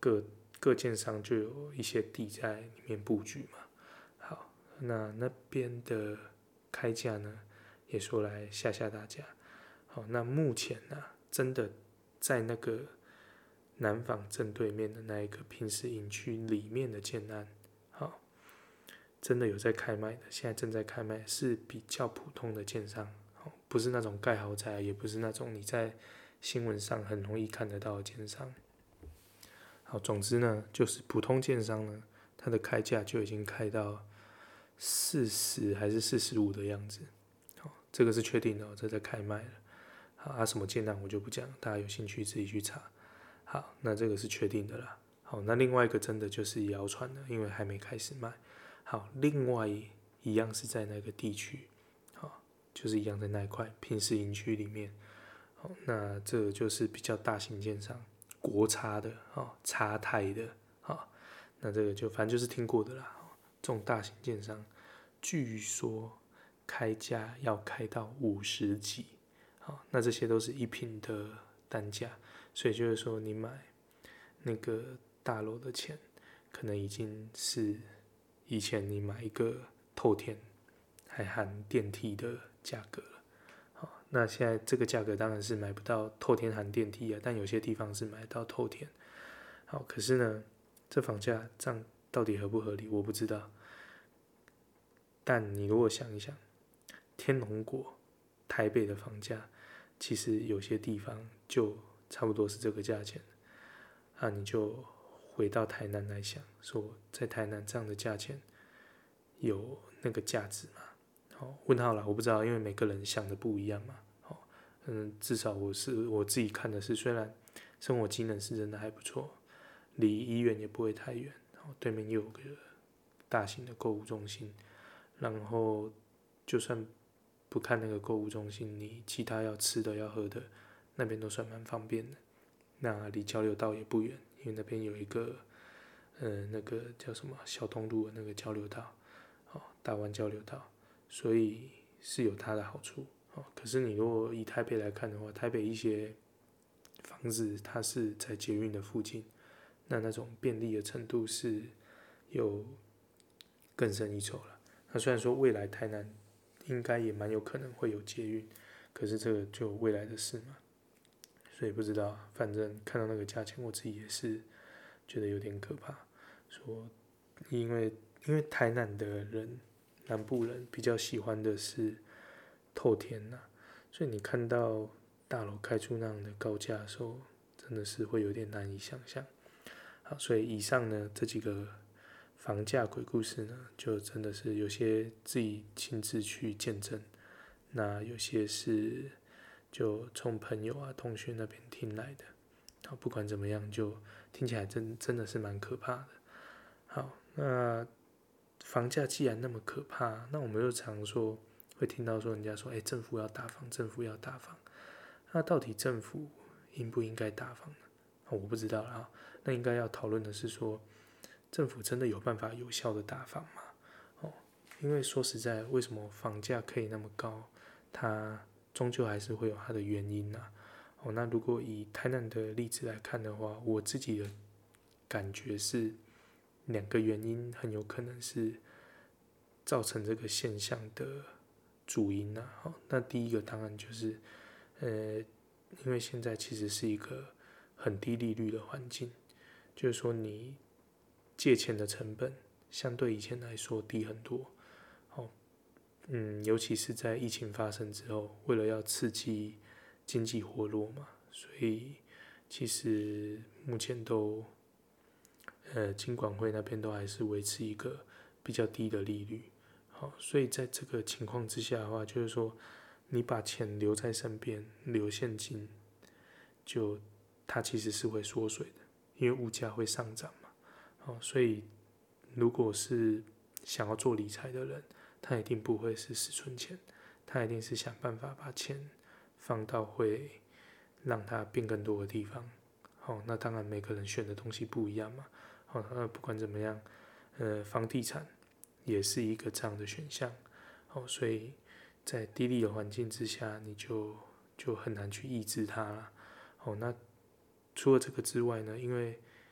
各各建商就有一些地在里面布局嘛。好，那那边的开价呢，也说来吓吓大家。好，那目前呢、啊，真的在那个南纺正对面的那一个平时营区里面的建案，好，真的有在开卖的，现在正在开卖，是比较普通的建商，好，不是那种盖豪宅，也不是那种你在新闻上很容易看得到的建商。好，总之呢，就是普通建商呢，它的开价就已经开到四十还是四十五的样子。好，这个是确定的、哦，这在开卖了。好，啊，什么建案我就不讲，大家有兴趣自己去查。好，那这个是确定的啦。好，那另外一个真的就是谣传的，因为还没开始卖。好，另外一样是在那个地区，好，就是一样在那一块平时营区里面。好，那这就是比较大型建商，国差的，哦，差泰的，好，那这个就反正就是听过的啦。这种大型建商，据说开价要开到五十几，好，那这些都是一坪的单价，所以就是说你买那个大楼的钱，可能已经是以前你买一个透天还含电梯的价格了。好，那现在这个价格当然是买不到透天含电梯啊，但有些地方是买到透天。好，可是呢，这房价这样到底合不合理，我不知道。但你如果想一想，天龙国、台北的房价，其实有些地方就差不多是这个价钱。啊，你就回到台南来想，说在台南这样的价钱有那个价值吗？哦，问号啦，我不知道，因为每个人想的不一样嘛。哦，嗯，至少我是我自己看的是，虽然生活机能是真的还不错，离医院也不会太远，哦，对面又有个大型的购物中心，然后就算不看那个购物中心，你其他要吃的要喝的，那边都算蛮方便的。那离交流道也不远，因为那边有一个呃那个叫什么小东路的那个交流道，哦，大湾交流道，所以是有它的好处。哦，可是你如果以台北来看的话，台北一些房子它是在捷运的附近，那那种便利的程度是又更胜一筹了。那虽然说未来台南应该也蛮有可能会有捷运，可是这个就未来的事嘛。所以不知道，反正看到那个价钱，我自己也是觉得有点可怕。说，因为因为台南的人，南部人比较喜欢的是透天呐、啊，所以你看到大楼开出那样的高价的时候，真的是会有点难以想象。好，所以以上呢这几个房价鬼故事呢，就真的是有些自己亲自去见证，那有些是就从朋友啊、同学那边听来的。好，不管怎么样，就听起来真真的是蛮可怕的。好，那房价既然那么可怕，那我们又常说会听到说人家说，哎，政府要打房，政府要打房。那到底政府应不应该打房呢？我不知道啦。那应该要讨论的是说，政府真的有办法有效的打房吗？哦，因为说实在，为什么房价可以那么高？它终究还是会有它的原因呐、啊。哦，那如果以台南的例子来看的话，我自己的感觉是两个原因很有可能是造成这个现象的主因呐、啊。好，那第一个当然就是，呃，因为现在其实是一个很低利率的环境，就是说你借钱的成本相对以前来说低很多。哦，嗯，尤其是在疫情发生之后，为了要刺激经济活络嘛，所以其实目前都，呃，金管会那边都还是维持一个比较低的利率。好，所以在这个情况之下的话，就是说你把钱留在身边，留现金，就它其实是会缩水的，因为物价会上涨嘛。好，所以如果是想要做理财的人，他一定不会是死存钱，他一定是想办法把钱放到会让它变更多的地方。好，那当然每个人选的东西不一样嘛。好，那不管怎么样，呃，房地产也是一个这样的选项。好，所以在低利的环境之下，你就就很难去抑制它了。好，那除了这个之外呢，因为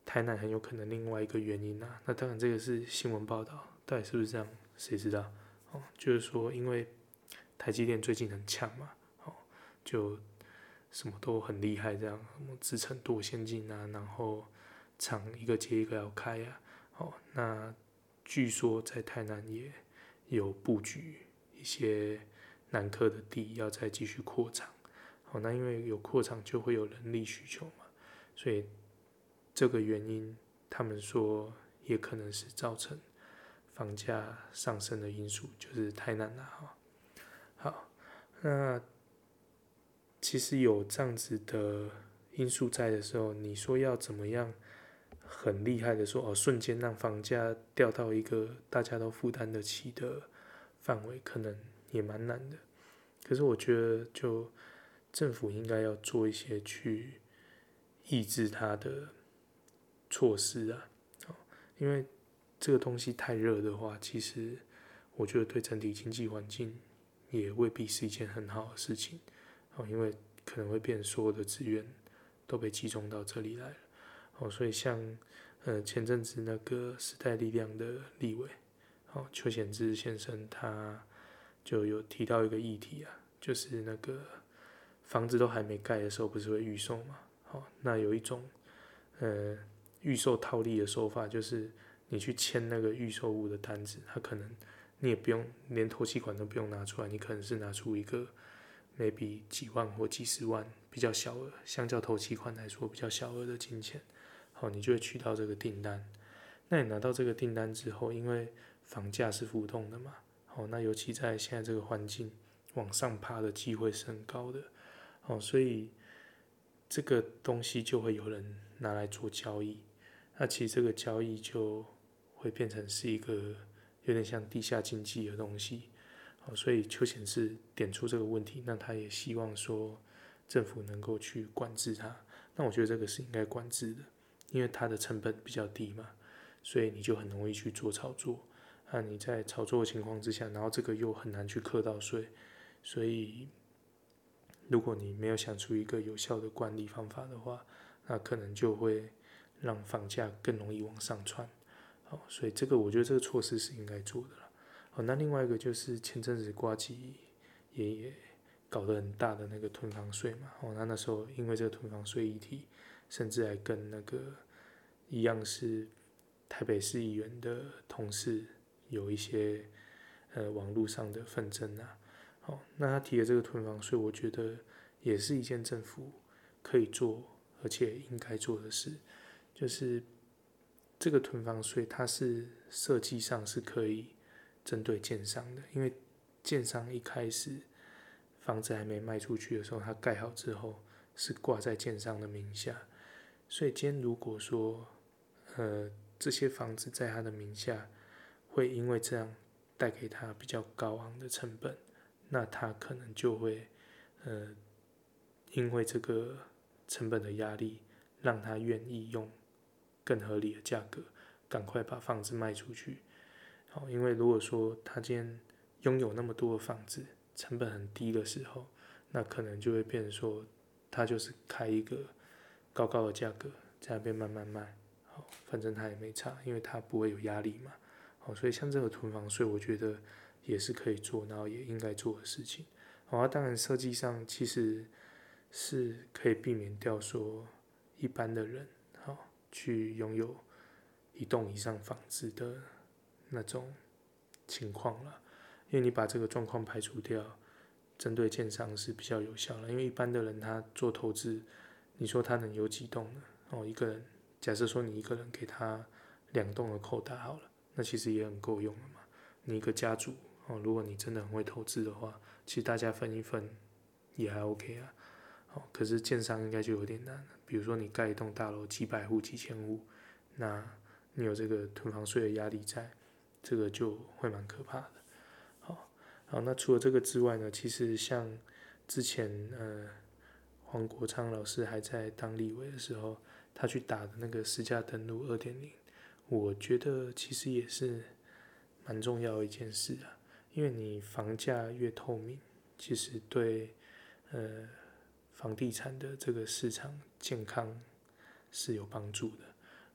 台南很有可能另外一个原因啊。那当然这个是新闻报道，到底是不是这样，谁知道？哦，就是说因为台积电最近很强嘛，哦，就什么都很厉害，这样什么制程多先进啊，然后厂一个接一个要开啊，哦，那据说在台南也有布局一些南科的地，要再继续扩厂。好，那因为有扩厂就会有人力需求嘛，所以这个原因，他们说也可能是造成房价上升的因素，就是台南啦。好，那其实有这样子的因素在的时候，你说要怎么样很厉害的说哦，瞬间让房价掉到一个大家都负担得起的范围，可能也蛮难的。可是我觉得，就政府应该要做一些去抑制它的措施啊，因为这个东西太热的话，其实我觉得对整体经济环境也未必是一件很好的事情，因为可能会变成所有的资源都被集中到这里来了。哦，所以像呃前阵子那个时代力量的立委，哦邱显智先生他就有提到一个议题啊，就是那个房子都还没盖的时候，不是会预售嘛？好，那有一种呃预售套利的手法，就是你去签那个预售物的单子，他可能你也不用连头期款都不用拿出来，你可能是拿出一个 maybe 几万或几十万比较小额，相较头期款来说比较小额的金钱，好，你就会取到这个订单。那你拿到这个订单之后，因为房价是浮动的嘛，好，那尤其在现在这个环境，往上爬的机会是很高的，好，所以这个东西就会有人拿来做交易。那其实这个交易就会变成是一个有点像地下经济的东西，好，所以邱显智点出这个问题，那他也希望说政府能够去管制它。那我觉得这个是应该管制的，因为它的成本比较低嘛，所以你就很容易去做炒作。那你在炒作的情况之下，然后这个又很难去课到税，所以如果你没有想出一个有效的管理方法的话，那可能就会让房价更容易往上窜。好，所以这个我觉得这个措施是应该做的啦。好，那另外一个就是前阵子呱吉也也搞得很大的那个囤房税嘛，哦，那那时候因为这个囤房税议题，甚至还跟那个一样是台北市议员的同事有一些呃网络上的纷争啊。好，那他提的这个囤房税，我觉得也是一件政府可以做而且应该做的事，就是这个囤房税它是设计上是可以针对建商的，因为建商一开始房子还没卖出去的时候，它盖好之后是挂在建商的名下，所以今天如果说呃这些房子在他的名下，会因为这样带给他比较高昂的成本，那他可能就会呃因为这个成本的压力，让他愿意用更合理的价格赶快把房子卖出去。好，因为如果说他今天拥有那么多的房子，成本很低的时候，那可能就会变成说，他就是开一个高高的价格在那边慢慢卖，好，反正他也没差，因为他不会有压力嘛。好，所以像这个囤房税，我觉得也是可以做，然后也应该做的事情。好，当然设计上其实是可以避免掉说一般的人好去拥有一栋以上房子的那种情况了，因为你把这个状况排除掉，针对建商是比较有效的。因为一般的人他做投资，你说他能有几栋呢？哦，一个人，假设说你一个人给他两栋的扣打好了，那其实也很够用了嘛。你一个家族哦，如果你真的很会投资的话，其实大家分一分也还 OK 啊。哦，可是建商应该就有点难了。比如说你盖一栋大楼几百户、几千户，那你有这个囤房税的压力在，这个就会蛮可怕的。好，好，那除了这个之外呢，其实像之前呃黄国昌老师还在当立委的时候，他去打的那个实价登录二点零，我觉得其实也是蛮重要的一件事啊，因为你房价越透明，其实对呃房地产的这个市场健康是有帮助的。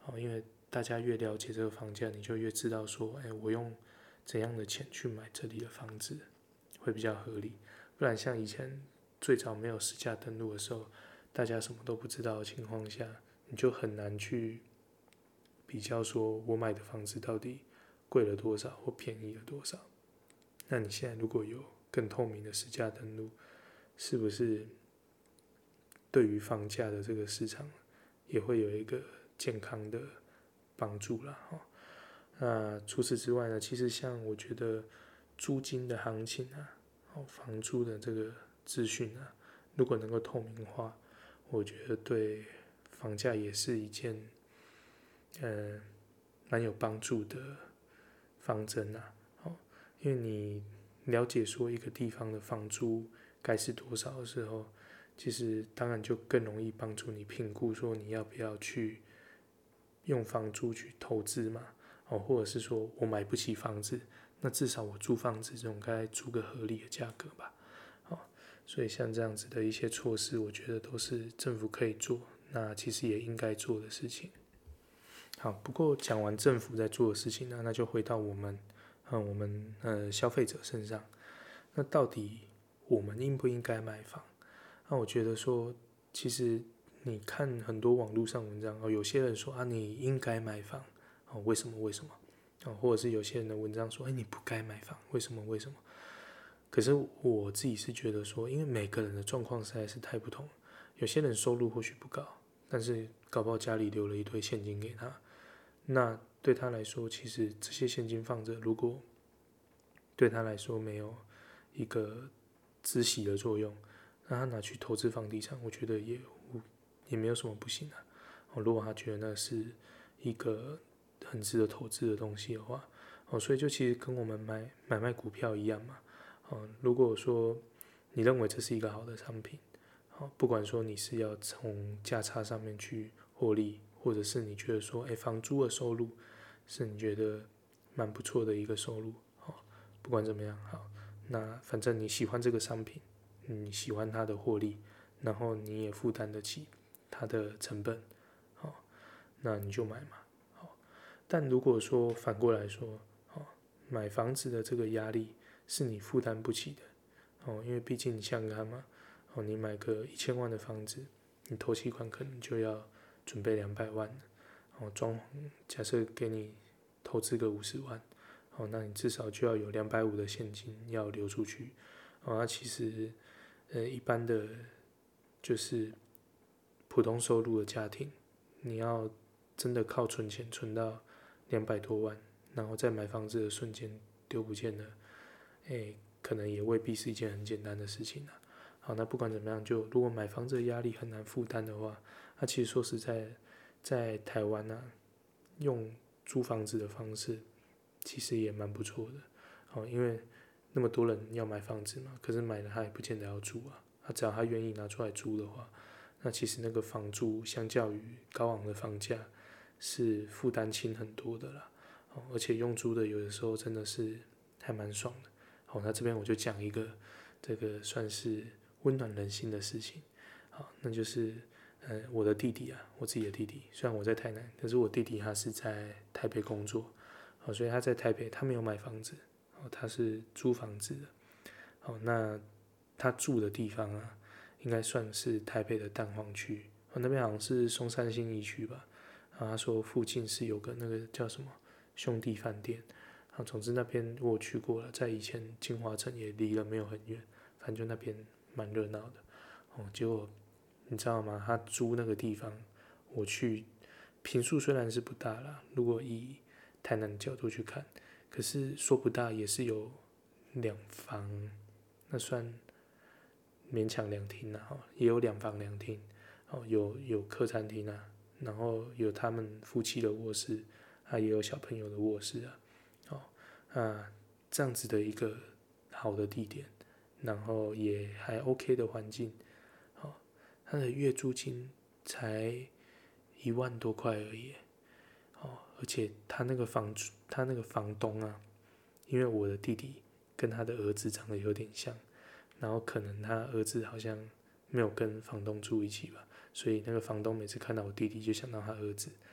哦，因为大家越了解这个房价，你就越知道说，哎，我用怎样的钱去买这里的房子会比较合理。不然像以前最早没有实价登录的时候，大家什么都不知道的情况下，你就很难去比较说我买的房子到底贵了多少或便宜了多少。那你现在如果有更透明的实价登录，是不是对于房价的这个市场也会有一个健康的帮助啦？哈，那除此之外呢，其实像我觉得租金的行情啊，哦，房租的这个资讯啊，如果能够透明化，我觉得对房价也是一件呃蛮有帮助的方针啊。哦，因为你了解说一个地方的房租该是多少的时候，其实当然就更容易帮助你评估说你要不要去用房租去投资嘛。哦，或者是说我买不起房子，那至少我租房子总该租个合理的价格吧。哦，所以像这样子的一些措施，我觉得都是政府可以做，那其实也应该做的事情。好，不过讲完政府在做的事情呢，那就回到我们，嗯，我们呃消费者身上。那到底我们应不应该买房？那我觉得说，其实你看很多网络上文章哦，有些人说啊，你应该买房哦，为什么？为什么？哦，或者是有些人的文章说，哎，你不该买房，为什么？为什么？可是我自己是觉得说，因为每个人的状况实在是太不同，有些人收入或许不高，但是搞不好家里留了一堆现金给他，那对他来说，其实这些现金放着，如果对他来说没有一个孳息的作用，那他拿去投资房地产，我觉得也也没有什么不行啊。哦，如果他觉得那是一个很值得投资的东西的话，哦，所以就其实跟我们买买卖股票一样嘛。哦，如果说你认为这是一个好的商品，哦，不管说你是要从价差上面去获利，或者是你觉得说，哎，房租的收入是你觉得蛮不错的一个收入，哦，不管怎么样，好，那反正你喜欢这个商品，你喜欢它的获利，然后你也负担得起它的成本，好，那你就买嘛，好。但如果说反过来说，哦，买房子的这个压力是你负担不起的，哦，因为毕竟你想想看嘛，哦，你买个一千万的房子，你头期款可能就要准备两百万，哦，装潢假设给你投资个五十万，哦，那你至少就要有两百五的现金要流出去，哦，那其实呃一般的就是普通收入的家庭，你要真的靠存钱存到两百多万，然后在买房子的瞬间丢不见了，哎，可能也未必是一件很简单的事情啊。好，那不管怎么样，就如果买房子的压力很难负担的话，那其实说实在，在台湾啊，用租房子的方式其实也蛮不错的。哦，因为那么多人要买房子嘛，可是买了他也不见得要住啊。他只要他愿意拿出来租的话，那其实那个房租相较于高昂的房价是负担轻很多的啦。哦，而且用租的有的时候真的是还蛮爽的。好，那这边我就讲一个这个算是温暖人心的事情。好，那就是呃我的弟弟啊，我自己的弟弟，虽然我在台南，可是我弟弟他是在台北工作，好，所以他在台北他没有买房子，哦，他是租房子的。好，那他住的地方啊，应该算是台北的蛋黄区，哦，那边好像是松山信义区吧。然后他说附近是有个那个叫什么兄弟饭店，啊，总之那边我去过了，在以前金华城也离了没有很远，反正就那边蛮热闹的。哦，结果你知道吗？他租那个地方，我去，平数虽然是不大啦，如果以台南的角度去看，可是说不大也是有两房，那算勉强两厅啦，也有两房两厅，哦，有有客餐厅啊，然后有他们夫妻的卧室，啊，也有小朋友的卧室啊，哦，啊，这样子的一个好的地点，然后也还 OK 的环境，哦，它的月租金才一万多块而已，哦，而且他那个房主，他那个房东啊，因为我的弟弟跟他的儿子长得有点像，然后可能他儿子好像没有跟房东住一起吧，所以那个房东每次看到我弟弟就想到他儿子，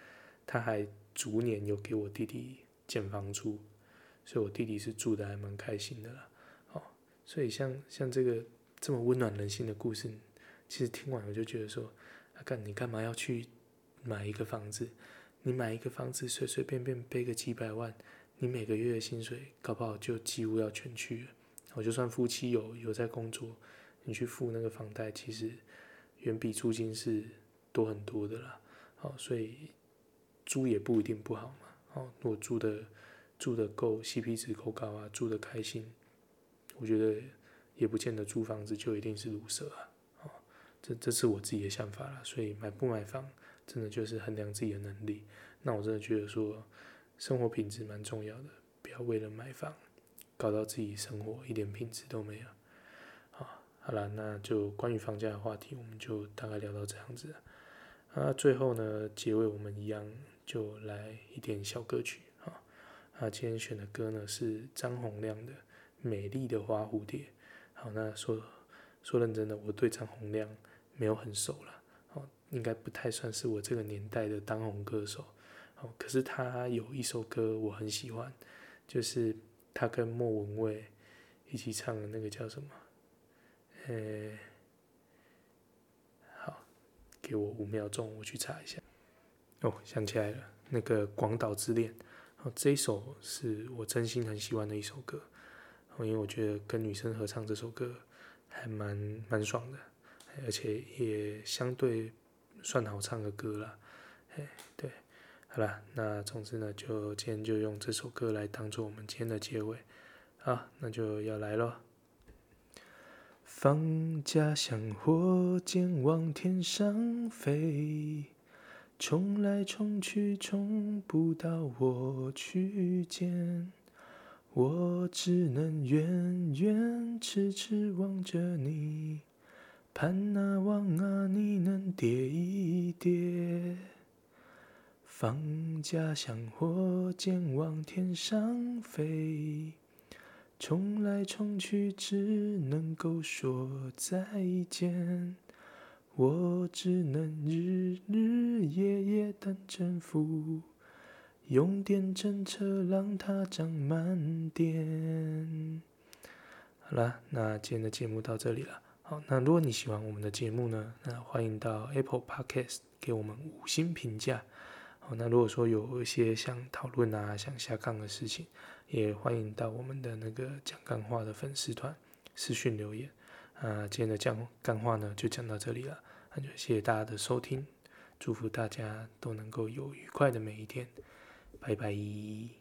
他还逐年有给我弟弟减房租，所以我弟弟是住的还蛮开心的啦。哦，所以像像这个这么温暖人心的故事，其实听完我就觉得说，啊，干你干嘛要去买一个房子？你买一个房子随随便便背个几百万，你每个月的薪水搞不好就几乎要全去了。我就算夫妻有有在工作，你去付那个房贷，其实远比租金是多很多的啦。好，所以租也不一定不好嘛。好，如果住的住的够 C P 值够高啊，住的开心，我觉得也不见得租房子就一定是鲁蛇啊。哦，这这是我自己的想法啦。所以买不买房，真的就是衡量自己的能力。那我真的觉得说，生活品质蛮重要的，不要为了买房搞到自己生活一点品质都没有。好，好啦，那就关于房价的话题，我们就大概聊到这样子了。那最后呢，结尾我们一样就来一点小歌曲啊。那今天选的歌呢是张洪量的《美丽的花蝴蝶》。好，那说说认真的，我对张洪量没有很熟啦，哦，应该不太算是我这个年代的当红歌手。哦，可是他有一首歌我很喜欢，就是他跟莫文蔚一起唱的那个叫什么？呃，好，给我五秒钟，我去查一下。哦，想起来了，那个《广岛之恋》。哦，这一首是我真心很喜欢的一首歌。哦，因为我觉得跟女生合唱这首歌还蛮蛮爽的，而且也相对算好唱的歌啦。哎，对，好啦，那总之呢，就今天就用这首歌来当做我们今天的结尾。好，那就要来咯。放假像火箭往天上飞，冲来冲去冲不到我去见，我只能远远痴痴望着你，盼啊望啊你能跌一跌。放假像火箭往天上飞，冲来冲去只能够说再见，我只能日日夜夜等政府用电政策让它涨慢点。好啦，那今天的节目到这里了。好，那如果你喜欢我们的节目呢，那欢迎到 Apple Podcast 给我们五星评价。好，那如果说有一些想讨论啊、想下杠的事情，也欢迎到我们的那个讲干话的粉丝团私讯留言。啊，今天的讲干话呢就讲到这里了，那就谢谢大家的收听，祝福大家都能够有愉快的每一天，拜拜。